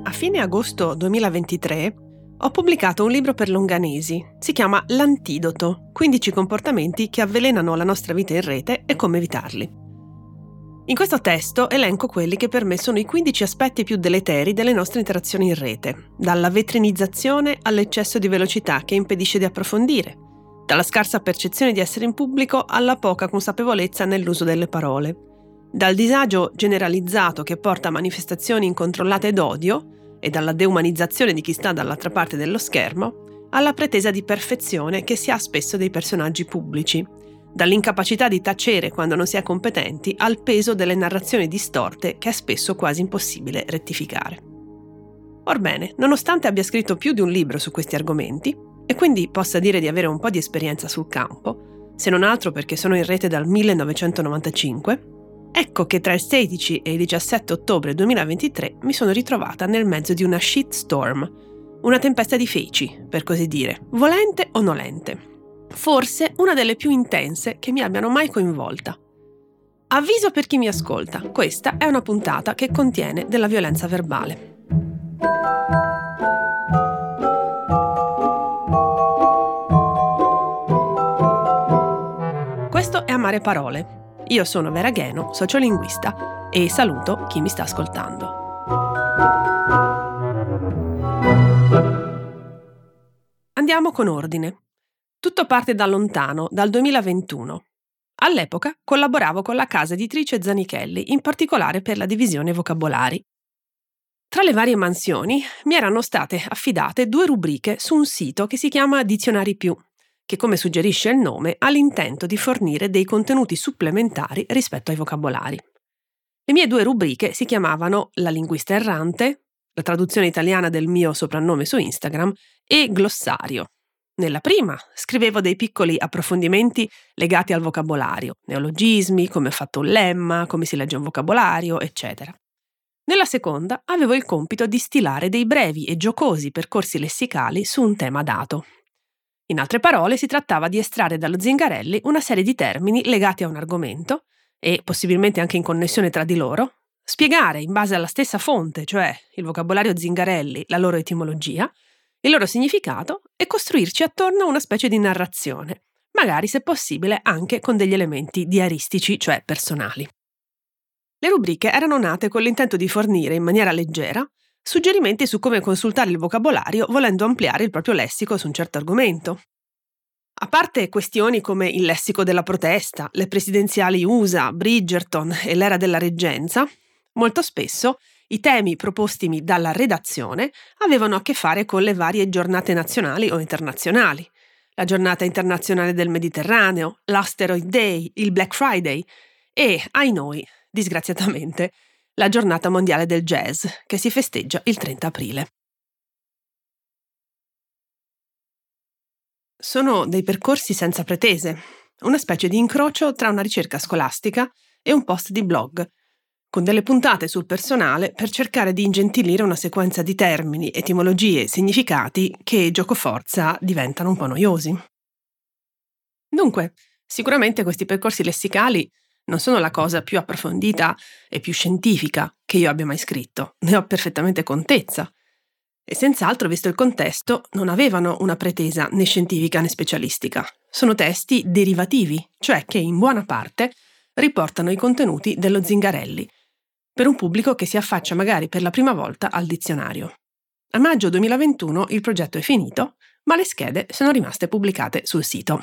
A fine agosto 2023 ho pubblicato un libro per longanesi. Si chiama L'Antidoto, 15 comportamenti che avvelenano la nostra vita in rete e come evitarli. In questo testo elenco quelli che per me sono i 15 aspetti più deleteri delle nostre interazioni in rete, dalla vetrinizzazione all'eccesso di velocità che impedisce di approfondire, dalla scarsa percezione di essere in pubblico alla poca consapevolezza nell'uso delle parole, dal disagio generalizzato che porta a manifestazioni incontrollate d'odio e dalla deumanizzazione di chi sta dall'altra parte dello schermo, alla pretesa di perfezione che si ha spesso dei personaggi pubblici, dall'incapacità di tacere quando non si è competenti al peso delle narrazioni distorte che è spesso quasi impossibile rettificare. Orbene, nonostante abbia scritto più di un libro su questi argomenti, e quindi possa dire di avere un po' di esperienza sul campo, se non altro perché sono in rete dal 1995, ecco che tra il 16 e il 17 ottobre 2023 mi sono ritrovata nel mezzo di una shitstorm, una tempesta di feci, per così dire, volente o nolente. Forse una delle più intense che mi abbiano mai coinvolta. Avviso per chi mi ascolta, questa è una puntata che contiene della violenza verbale. Questo è Amare Parole. Io sono Vera Gheno, sociolinguista, e saluto chi mi sta ascoltando. Andiamo con ordine. Tutto parte da lontano, dal 2021. All'epoca collaboravo con la casa editrice Zanichelli, in particolare per la divisione vocabolari. Tra le varie mansioni mi erano state affidate 2 rubriche su un sito che si chiama Dizionari Più, che, come suggerisce il nome, ha l'intento di fornire dei contenuti supplementari rispetto ai vocabolari. Le mie 2 rubriche si chiamavano La linguista errante, la traduzione italiana del mio soprannome su Instagram, e Glossario. Nella prima scrivevo dei piccoli approfondimenti legati al vocabolario, neologismi, come è fatto un lemma, come si legge un vocabolario, eccetera. Nella seconda avevo il compito di stilare dei brevi e giocosi percorsi lessicali su un tema dato. In altre parole, si trattava di estrarre dallo Zingarelli una serie di termini legati a un argomento e, possibilmente anche in connessione tra di loro, spiegare in base alla stessa fonte, cioè il vocabolario Zingarelli, la loro etimologia, il loro significato e costruirci attorno a una specie di narrazione, magari se possibile anche con degli elementi diaristici, cioè personali. Le rubriche erano nate con l'intento di fornire in maniera leggera suggerimenti su come consultare il vocabolario volendo ampliare il proprio lessico su un certo argomento. A parte questioni come il lessico della protesta, le presidenziali USA, Bridgerton e l'era della reggenza, molto spesso i temi propostimi dalla redazione avevano a che fare con le varie giornate nazionali o internazionali. La giornata internazionale del Mediterraneo, l'Asteroid Day, il Black Friday e, ai noi, disgraziatamente, la giornata mondiale del jazz, che si festeggia il 30 aprile. Sono dei percorsi senza pretese, una specie di incrocio tra una ricerca scolastica e un post di blog, con delle puntate sul personale per cercare di ingentilire una sequenza di termini, etimologie e significati che, giocoforza, diventano un po' noiosi. Dunque, sicuramente questi percorsi lessicali non sono la cosa più approfondita e più scientifica che io abbia mai scritto, ne ho perfettamente contezza. E senz'altro, visto il contesto, non avevano una pretesa né scientifica né specialistica. Sono testi derivativi, cioè che in buona parte riportano i contenuti dello Zingarelli, per un pubblico che si affaccia magari per la prima volta al dizionario. A maggio 2021 il progetto è finito, ma le schede sono rimaste pubblicate sul sito.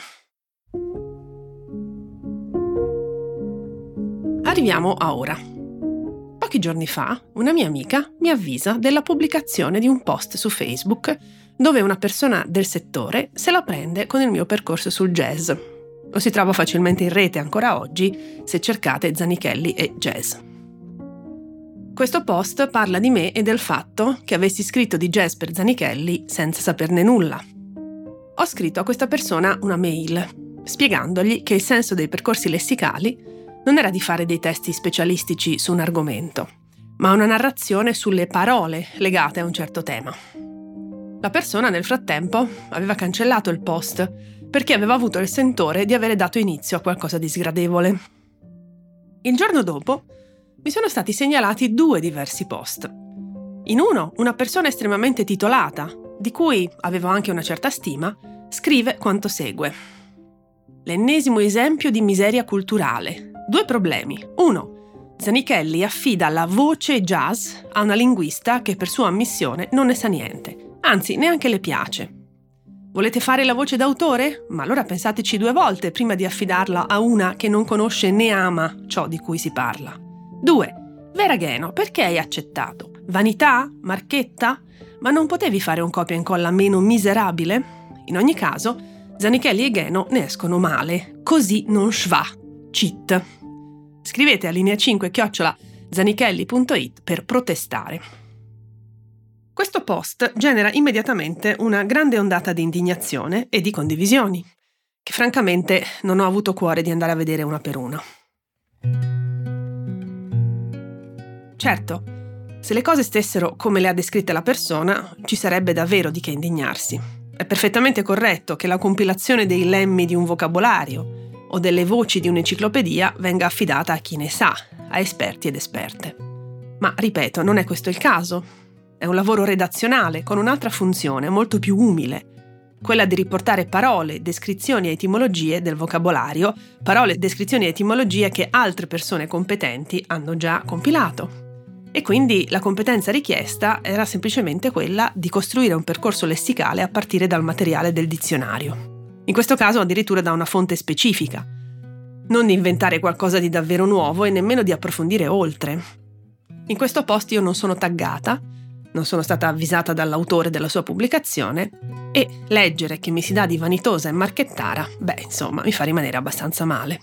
Arriviamo a ora. Pochi giorni fa, una mia amica mi avvisa della pubblicazione di un post su Facebook dove una persona del settore se la prende con il mio percorso sul jazz. Lo si trova facilmente in rete ancora oggi se cercate Zanichelli e jazz. Questo post parla di me e del fatto che avessi scritto di jazz per Zanichelli senza saperne nulla. Ho scritto a questa persona una mail, spiegandogli che il senso dei percorsi lessicali non era di fare dei testi specialistici su un argomento, ma una narrazione sulle parole legate a un certo tema. La persona nel frattempo aveva cancellato il post perché aveva avuto il sentore di avere dato inizio a qualcosa di sgradevole. Il giorno dopo mi sono stati segnalati 2 diversi post. In uno, una persona estremamente titolata, di cui avevo anche una certa stima, scrive quanto segue. L'ennesimo esempio di miseria culturale. 2 problemi. 1. Zanichelli affida la voce jazz a una linguista che per sua ammissione non ne sa niente, anzi neanche le piace. Volete fare la voce d'autore? Ma allora pensateci 2 volte prima di affidarla a una che non conosce né ama ciò di cui si parla. 2. Vera Gheno, perché hai accettato? Vanità? Marchetta? Ma non potevi fare un copia e incolla meno miserabile? In ogni caso, Zanichelli e Gheno ne escono male. Così non schwa. Cheat. Scrivete a linea5@zanichelli.it per protestare. Questo post genera immediatamente una grande ondata di indignazione e di condivisioni, che francamente non ho avuto cuore di andare a vedere una per una. Certo, se le cose stessero come le ha descritte la persona, ci sarebbe davvero di che indignarsi. È perfettamente corretto che la compilazione dei lemmi di un vocabolario o delle voci di un'enciclopedia venga affidata a chi ne sa, a esperti ed esperte. Ma, ripeto, non è questo il caso. È un lavoro redazionale con un'altra funzione molto più umile, quella di riportare parole, descrizioni e etimologie del vocabolario, parole, descrizioni e etimologie che altre persone competenti hanno già compilato. E quindi la competenza richiesta era semplicemente quella di costruire un percorso lessicale a partire dal materiale del dizionario. In questo caso addirittura da una fonte specifica. Non di inventare qualcosa di davvero nuovo e nemmeno di approfondire oltre. In questo post io non sono taggata, non sono stata avvisata dall'autore della sua pubblicazione e leggere che mi si dà di vanitosa e marchettara, insomma, mi fa rimanere abbastanza male.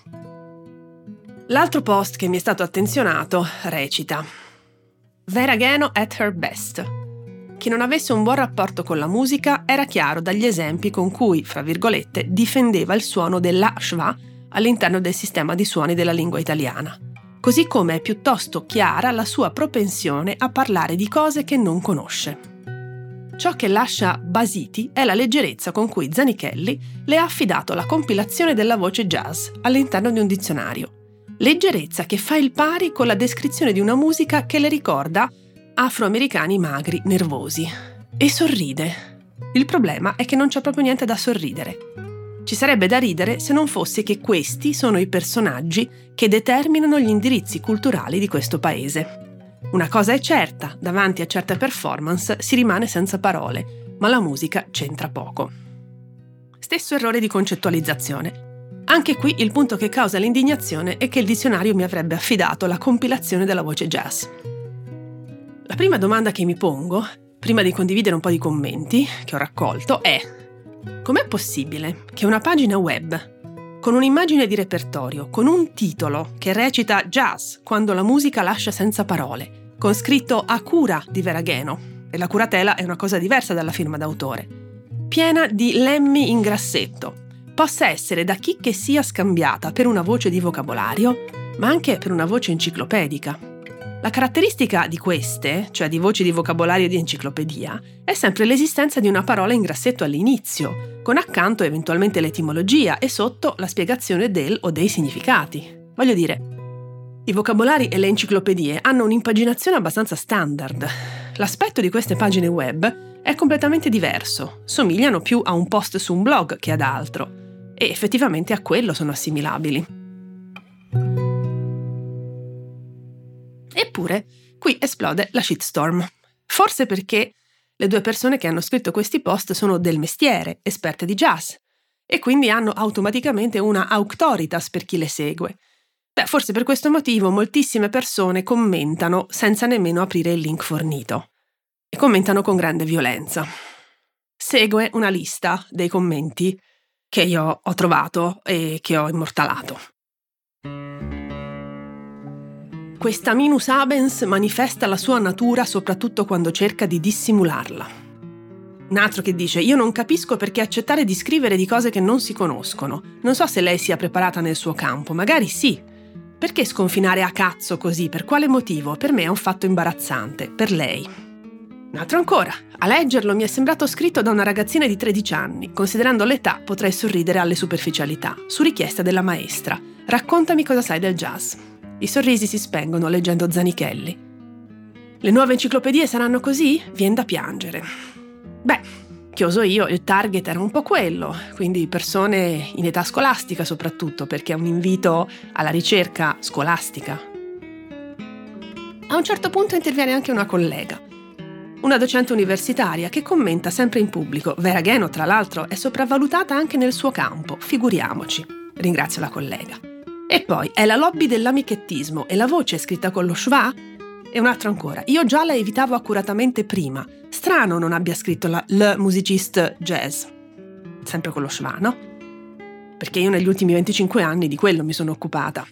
L'altro post che mi è stato attenzionato recita: Vera Gheno at her best. Chi non avesse un buon rapporto con la musica era chiaro dagli esempi con cui, fra virgolette, difendeva il suono della schwa all'interno del sistema di suoni della lingua italiana. Così come è piuttosto chiara la sua propensione a parlare di cose che non conosce. Ciò che lascia basiti è la leggerezza con cui Zanichelli le ha affidato la compilazione della voce jazz all'interno di un dizionario. Leggerezza che fa il pari con la descrizione di una musica che le ricorda afroamericani magri, nervosi. E sorride. Il problema è che non c'è proprio niente da sorridere. Ci sarebbe da ridere se non fosse che questi sono i personaggi che determinano gli indirizzi culturali di questo paese. Una cosa è certa, davanti a certe performance si rimane senza parole, ma la musica c'entra poco. Stesso errore di concettualizzazione. Anche qui il punto che causa l'indignazione è che il dizionario mi avrebbe affidato la compilazione della voce jazz. La prima domanda che mi pongo, prima di condividere un po' di commenti che ho raccolto, è: com'è possibile che una pagina web, con un'immagine di repertorio, con un titolo che recita Jazz quando la musica lascia senza parole, con scritto a cura di Vera Gheno, e la curatela è una cosa diversa dalla firma d'autore, piena di lemmi in grassetto, possa essere da chi che sia scambiata per una voce di vocabolario, ma anche per una voce enciclopedica? La caratteristica di queste, cioè di voci di vocabolario di enciclopedia, è sempre l'esistenza di una parola in grassetto all'inizio, con accanto eventualmente l'etimologia e sotto la spiegazione del o dei significati. Voglio dire, i vocabolari e le enciclopedie hanno un'impaginazione abbastanza standard. L'aspetto di queste pagine web è completamente diverso, somigliano più a un post su un blog che ad altro, e effettivamente a quello sono assimilabili. Eppure, qui esplode la shitstorm. Forse perché le 2 persone che hanno scritto questi post sono del mestiere, esperte di jazz, e quindi hanno automaticamente una auctoritas per chi le segue. Forse per questo motivo moltissime persone commentano senza nemmeno aprire il link fornito. E commentano con grande violenza. Segue una lista dei commenti che io ho trovato e che ho immortalato. Questa minus habens manifesta la sua natura soprattutto quando cerca di dissimularla. Un altro che dice: io non capisco perché accettare di scrivere di cose che non si conoscono. Non so se lei sia preparata nel suo campo, magari sì. Perché sconfinare a cazzo così? Per quale motivo? Per me è un fatto imbarazzante, per lei. Un altro ancora. A leggerlo mi è sembrato scritto da una ragazzina di 13 anni. Considerando l'età potrei sorridere alle superficialità. Su richiesta della maestra. Raccontami cosa sai del jazz. I sorrisi si spengono leggendo Zanichelli. Le nuove enciclopedie saranno così? Vien da piangere. Beh, che oso io, il target era un po' quello, quindi persone in età scolastica soprattutto, perché è un invito alla ricerca scolastica. A un certo punto interviene anche una collega, una docente universitaria che commenta sempre in pubblico: Vera Geno, tra l'altro, è sopravvalutata anche nel suo campo, figuriamoci. Ringrazio la collega. E poi, è la lobby dell'amichettismo e la voce è scritta con lo schwa? E un altro ancora, io già la evitavo accuratamente prima. Strano non abbia scritto le musiciste jazz. Sempre con lo schwa, no? Perché io negli ultimi 25 anni di quello mi sono occupata.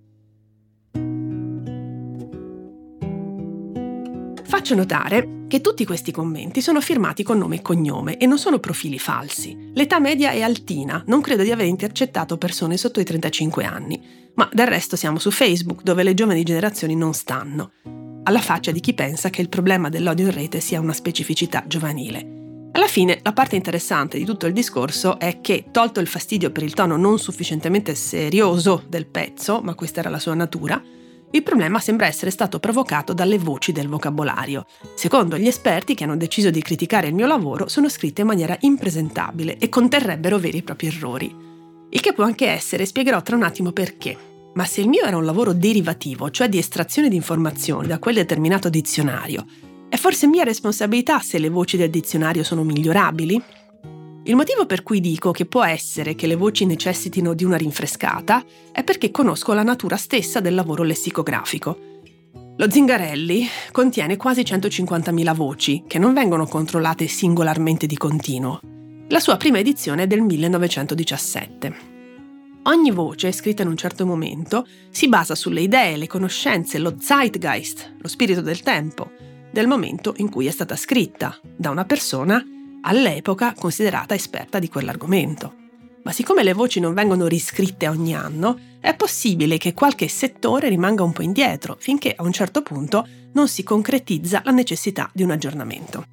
Faccio notare che tutti questi commenti sono firmati con nome e cognome e non sono profili falsi. L'età media è altina, non credo di aver intercettato persone sotto i 35 anni, ma del resto siamo su Facebook, dove le giovani generazioni non stanno. Alla faccia di chi pensa che il problema dell'odio in rete sia una specificità giovanile. Alla fine, la parte interessante di tutto il discorso è che, tolto il fastidio per il tono non sufficientemente serioso del pezzo, ma questa era la sua natura, il problema sembra essere stato provocato dalle voci del vocabolario. Secondo gli esperti che hanno deciso di criticare il mio lavoro, sono scritte in maniera impresentabile e conterrebbero veri e propri errori. Il che può anche essere, spiegherò tra un attimo perché. Ma se il mio era un lavoro derivativo, cioè di estrazione di informazioni da quel determinato dizionario, è forse mia responsabilità se le voci del dizionario sono migliorabili? Il motivo per cui dico che può essere che le voci necessitino di una rinfrescata è perché conosco la natura stessa del lavoro lessicografico. Lo Zingarelli contiene quasi 150.000 voci, che non vengono controllate singolarmente di continuo. La sua prima edizione è del 1917. Ogni voce, scritta in un certo momento, si basa sulle idee, le conoscenze, lo Zeitgeist, lo spirito del tempo, del momento in cui è stata scritta, da una persona all'epoca considerata esperta di quell'argomento. Ma siccome le voci non vengono riscritte ogni anno, è possibile che qualche settore rimanga un po' indietro, finché a un certo punto non si concretizza la necessità di un aggiornamento.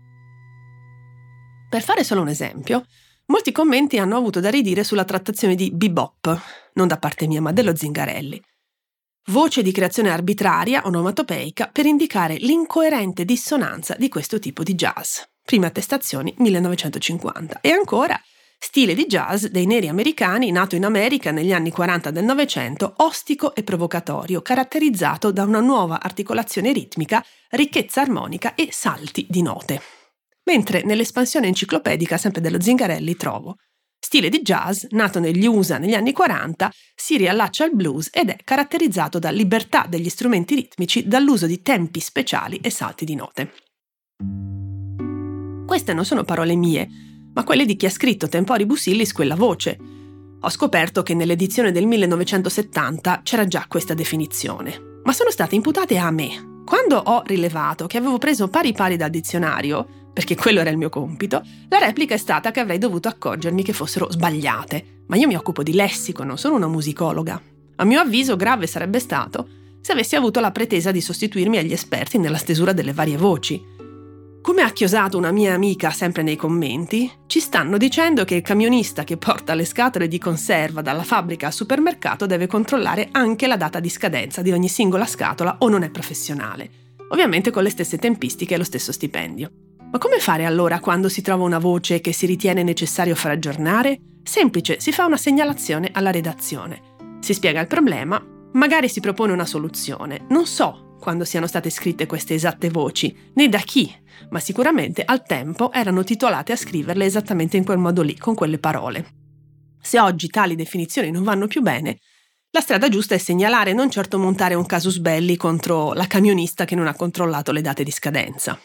Per fare solo un esempio, molti commenti hanno avuto da ridire sulla trattazione di bebop, non da parte mia ma dello Zingarelli. Voce di creazione arbitraria, onomatopeica, per indicare l'incoerente dissonanza di questo tipo di jazz. Prime attestazioni 1950. E ancora, stile di jazz dei neri americani nato in America negli anni 40 del Novecento, ostico e provocatorio, caratterizzato da una nuova articolazione ritmica, ricchezza armonica e salti di note. Mentre nell'espansione enciclopedica sempre dello Zingarelli trovo stile di jazz nato negli USA negli anni 40, si riallaccia al blues ed è caratterizzato da libertà degli strumenti ritmici, dall'uso di tempi speciali e salti di note. Queste non sono parole mie, ma quelle di chi ha scritto Temporibus illis quella voce. Ho scoperto che nell'edizione del 1970 c'era già questa definizione, ma sono state imputate a me. Quando ho rilevato che avevo preso pari dal dizionario, perché quello era il mio compito, la replica è stata che avrei dovuto accorgermi che fossero sbagliate. Ma io mi occupo di lessico, non sono una musicologa. A mio avviso grave sarebbe stato se avessi avuto la pretesa di sostituirmi agli esperti nella stesura delle varie voci. Come ha chiosato una mia amica sempre nei commenti, ci stanno dicendo che il camionista che porta le scatole di conserva dalla fabbrica al supermercato deve controllare anche la data di scadenza di ogni singola scatola o non è professionale. Ovviamente con le stesse tempistiche e lo stesso stipendio. Ma come fare allora quando si trova una voce che si ritiene necessario far aggiornare? Semplice, si fa una segnalazione alla redazione. Si spiega il problema, magari si propone una soluzione. Non so quando siano state scritte queste esatte voci, né da chi, ma sicuramente al tempo erano titolate a scriverle esattamente in quel modo lì, con quelle parole. Se oggi tali definizioni non vanno più bene, la strada giusta è segnalare, non certo montare un casus belli contro la camionista che non ha controllato le date di scadenza.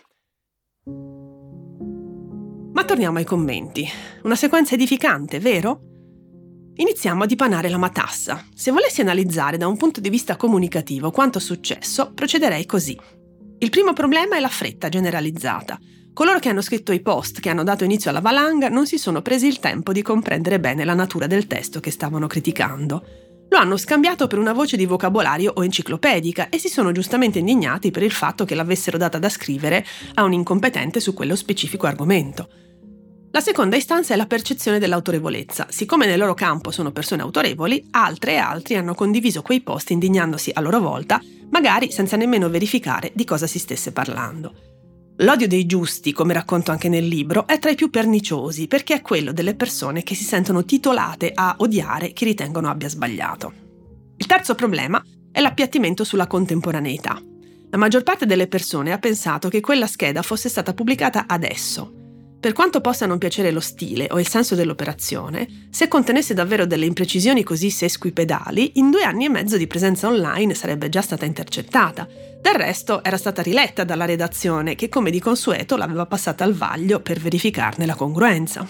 Ma torniamo ai commenti. Una sequenza edificante, vero? Iniziamo a dipanare la matassa. Se volessi analizzare da un punto di vista comunicativo quanto è successo, procederei così. Il primo problema è la fretta generalizzata. Coloro che hanno scritto i post che hanno dato inizio alla valanga non si sono presi il tempo di comprendere bene la natura del testo che stavano criticando. Lo hanno scambiato per una voce di vocabolario o enciclopedica e si sono giustamente indignati per il fatto che l'avessero data da scrivere a un incompetente su quello specifico argomento. La seconda istanza è la percezione dell'autorevolezza. Siccome nel loro campo sono persone autorevoli, altre e altri hanno condiviso quei post indignandosi a loro volta magari senza nemmeno verificare di cosa si stesse parlando. L'odio dei giusti, come racconto anche nel libro, è tra i più perniciosi perché è quello delle persone che si sentono titolate a odiare chi ritengono abbia sbagliato. Il terzo problema è l'appiattimento sulla contemporaneità. La maggior parte delle persone ha pensato che quella scheda fosse stata pubblicata adesso. Per quanto possa non piacere lo stile o il senso dell'operazione, se contenesse davvero delle imprecisioni così sesquipedali, in 2 anni e mezzo di presenza online sarebbe già stata intercettata. Del resto era stata riletta dalla redazione che, come di consueto, l'aveva passata al vaglio per verificarne la congruenza.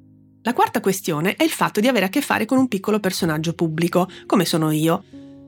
La quarta questione è il fatto di avere a che fare con un piccolo personaggio pubblico, come sono io.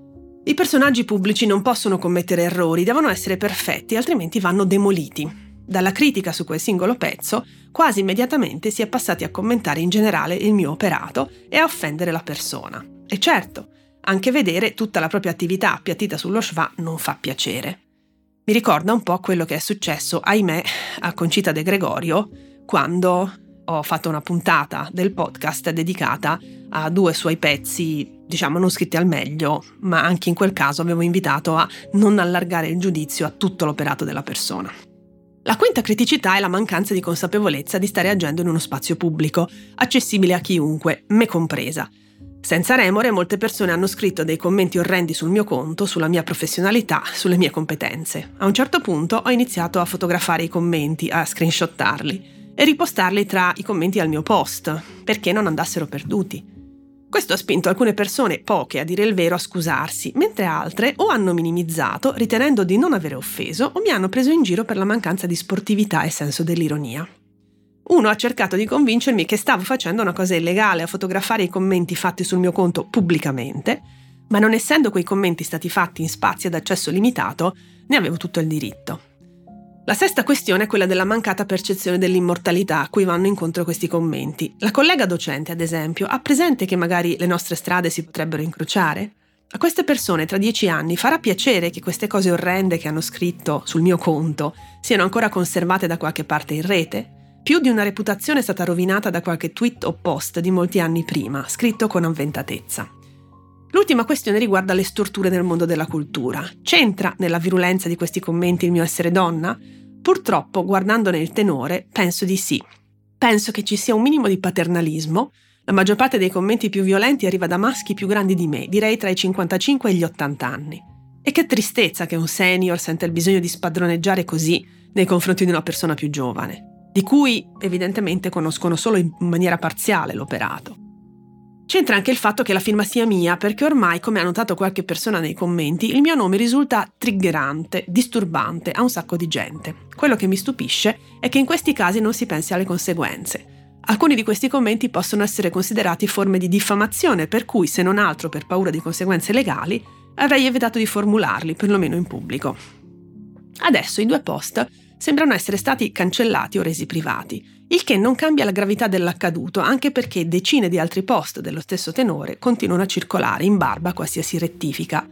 I personaggi pubblici non possono commettere errori, devono essere perfetti, altrimenti vanno demoliti. Dalla critica su quel singolo pezzo, quasi immediatamente si è passati a commentare in generale il mio operato e a offendere la persona. E certo, anche vedere tutta la propria attività appiattita sullo schwa non fa piacere. Mi ricorda un po' quello che è successo, ahimè, a Concita De Gregorio, quando ho fatto una puntata del podcast dedicata a 2 suoi pezzi, diciamo non scritti al meglio, ma anche in quel caso avevo invitato a non allargare il giudizio a tutto l'operato della persona. La quinta criticità è la mancanza di consapevolezza di stare agendo in uno spazio pubblico, accessibile a chiunque, me compresa. Senza remore, molte persone hanno scritto dei commenti orrendi sul mio conto, sulla mia professionalità, sulle mie competenze. A un certo punto ho iniziato a fotografare i commenti, a screenshottarli e ripostarli tra i commenti al mio post, perché non andassero perduti. Questo ha spinto alcune persone, poche a dire il vero, a scusarsi, mentre altre o hanno minimizzato, ritenendo di non avere offeso, o mi hanno preso in giro per la mancanza di sportività e senso dell'ironia. Uno ha cercato di convincermi che stavo facendo una cosa illegale a fotografare i commenti fatti sul mio conto pubblicamente, ma non essendo quei commenti stati fatti in spazi ad accesso limitato, ne avevo tutto il diritto. La sesta questione è quella della mancata percezione dell'immortalità a cui vanno incontro questi commenti. La collega docente, ad esempio, ha presente che magari le nostre strade si potrebbero incrociare? A queste persone tra 10 anni farà piacere che queste cose orrende che hanno scritto sul mio conto siano ancora conservate da qualche parte in rete? Più di una reputazione è stata rovinata da qualche tweet o post di molti anni prima, scritto con avventatezza. L'ultima questione riguarda le storture nel mondo della cultura. C'entra nella virulenza di questi commenti il mio essere donna? Purtroppo, guardandone il tenore, penso di sì. Penso che ci sia un minimo di paternalismo. La maggior parte dei commenti più violenti arriva da maschi più grandi di me, direi tra i 55 e gli 80 anni. E che tristezza che un senior senta il bisogno di spadroneggiare così nei confronti di una persona più giovane, di cui evidentemente conoscono solo in maniera parziale l'operato. C'entra anche il fatto che la firma sia mia, perché ormai, come ha notato qualche persona nei commenti, il mio nome risulta triggerante, disturbante a un sacco di gente. Quello che mi stupisce è che in questi casi non si pensi alle conseguenze. Alcuni di questi commenti possono essere considerati forme di diffamazione, per cui, se non altro per paura di conseguenze legali, avrei evitato di formularli, perlomeno in pubblico. Adesso i 2 post sembrano essere stati cancellati o resi privati, il che non cambia la gravità dell'accaduto, anche perché decine di altri post dello stesso tenore continuano a circolare in barba a qualsiasi rettifica.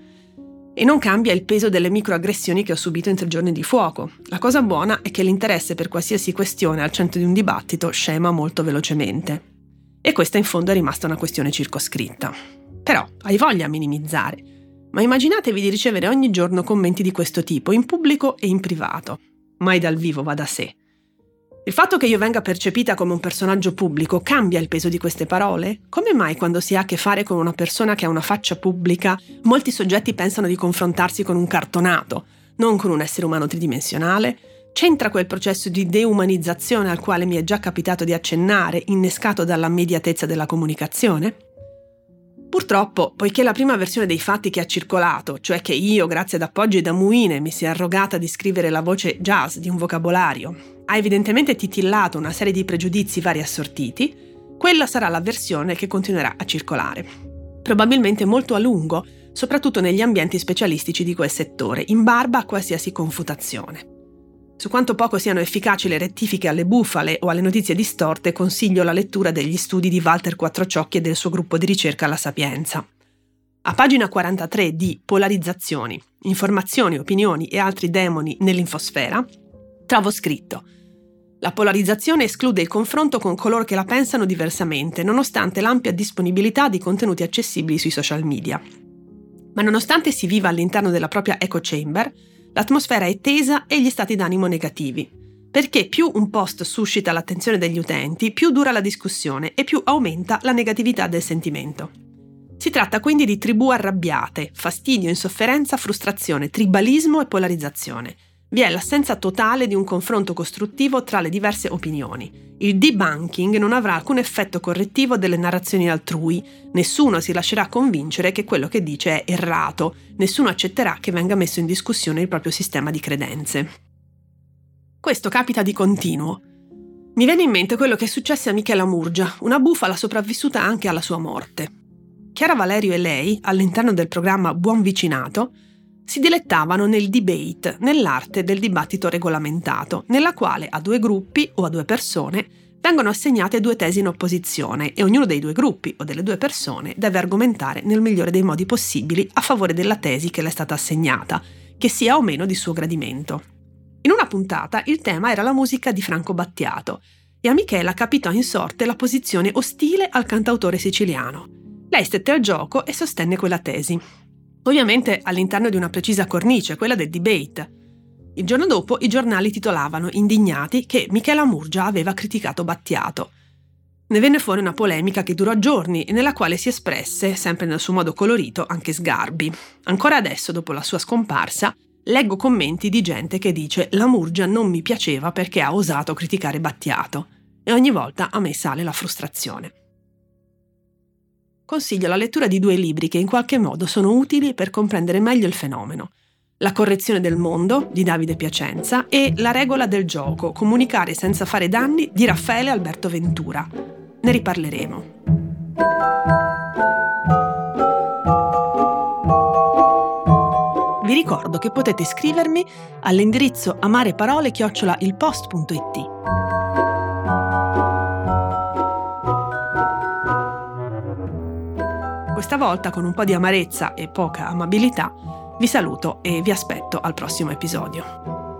E non cambia il peso delle microaggressioni che ho subito in 3 giorni di fuoco. La cosa buona è che l'interesse per qualsiasi questione al centro di un dibattito scema molto velocemente. E questa in fondo è rimasta una questione circoscritta. Però hai voglia a minimizzare. Ma immaginatevi di ricevere ogni giorno commenti di questo tipo, in pubblico e in privato. Mai dal vivo va da sé. Il fatto che io venga percepita come un personaggio pubblico cambia il peso di queste parole? Come mai quando si ha a che fare con una persona che ha una faccia pubblica, molti soggetti pensano di confrontarsi con un cartonato, non con un essere umano tridimensionale? C'entra quel processo di deumanizzazione al quale mi è già capitato di accennare, innescato dalla immediatezza della comunicazione? Purtroppo, poiché la prima versione dei fatti che ha circolato, cioè che io, grazie ad appoggi e da muine, mi sia arrogata di scrivere la voce jazz di un vocabolario, ha evidentemente titillato una serie di pregiudizi vari assortiti, quella sarà la versione che continuerà a circolare. Probabilmente molto a lungo, soprattutto negli ambienti specialistici di quel settore, in barba a qualsiasi confutazione. Su quanto poco siano efficaci le rettifiche alle bufale o alle notizie distorte, consiglio la lettura degli studi di Walter Quattrociocchi e del suo gruppo di ricerca alla Sapienza. A pagina 43 di Polarizzazioni, informazioni, opinioni e altri demoni nell'infosfera, trovo scritto: la polarizzazione esclude il confronto con coloro che la pensano diversamente, nonostante l'ampia disponibilità di contenuti accessibili sui social media. Ma nonostante si viva all'interno della propria echo chamber, l'atmosfera è tesa e gli stati d'animo negativi, perché più un post suscita l'attenzione degli utenti, più dura la discussione e più aumenta la negatività del sentimento. Si tratta quindi di tribù arrabbiate, fastidio, insofferenza, frustrazione, tribalismo e polarizzazione. Vi è l'assenza totale di un confronto costruttivo tra le diverse opinioni. Il debunking non avrà alcun effetto correttivo delle narrazioni altrui, nessuno si lascerà convincere che quello che dice è errato, nessuno accetterà che venga messo in discussione il proprio sistema di credenze. Questo capita di continuo. Mi viene in mente quello che è successo a Michela Murgia, una bufala sopravvissuta anche alla sua morte. Chiara Valerio e lei, all'interno del programma Buon Vicinato, si dilettavano nel debate, nell'arte del dibattito regolamentato, nella quale a due gruppi o a due persone vengono assegnate due tesi in opposizione e ognuno dei due gruppi o delle due persone deve argomentare nel migliore dei modi possibili a favore della tesi che le è stata assegnata, che sia o meno di suo gradimento. In una puntata il tema era la musica di Franco Battiato e a Michela capitò in sorte la posizione ostile al cantautore siciliano. Lei stette al gioco e sostenne quella tesi. Ovviamente all'interno di una precisa cornice, quella del debate. Il giorno dopo i giornali titolavano, indignati, che Michela Murgia aveva criticato Battiato. Ne venne fuori una polemica che durò giorni e nella quale si espresse, sempre nel suo modo colorito, anche Sgarbi. Ancora adesso, dopo la sua scomparsa, leggo commenti di gente che dice «La Murgia non mi piaceva perché ha osato criticare Battiato». E ogni volta a me sale la frustrazione. Consiglio la lettura di due libri che in qualche modo sono utili per comprendere meglio il fenomeno. La correzione del mondo, di Davide Piacenza, e La regola del gioco, comunicare senza fare danni, di Raffaele Alberto Ventura. Ne riparleremo. Vi ricordo che potete scrivermi all'indirizzo amareparole@ilpost.it. Questa volta, con un po' di amarezza e poca amabilità, vi saluto e vi aspetto al prossimo episodio.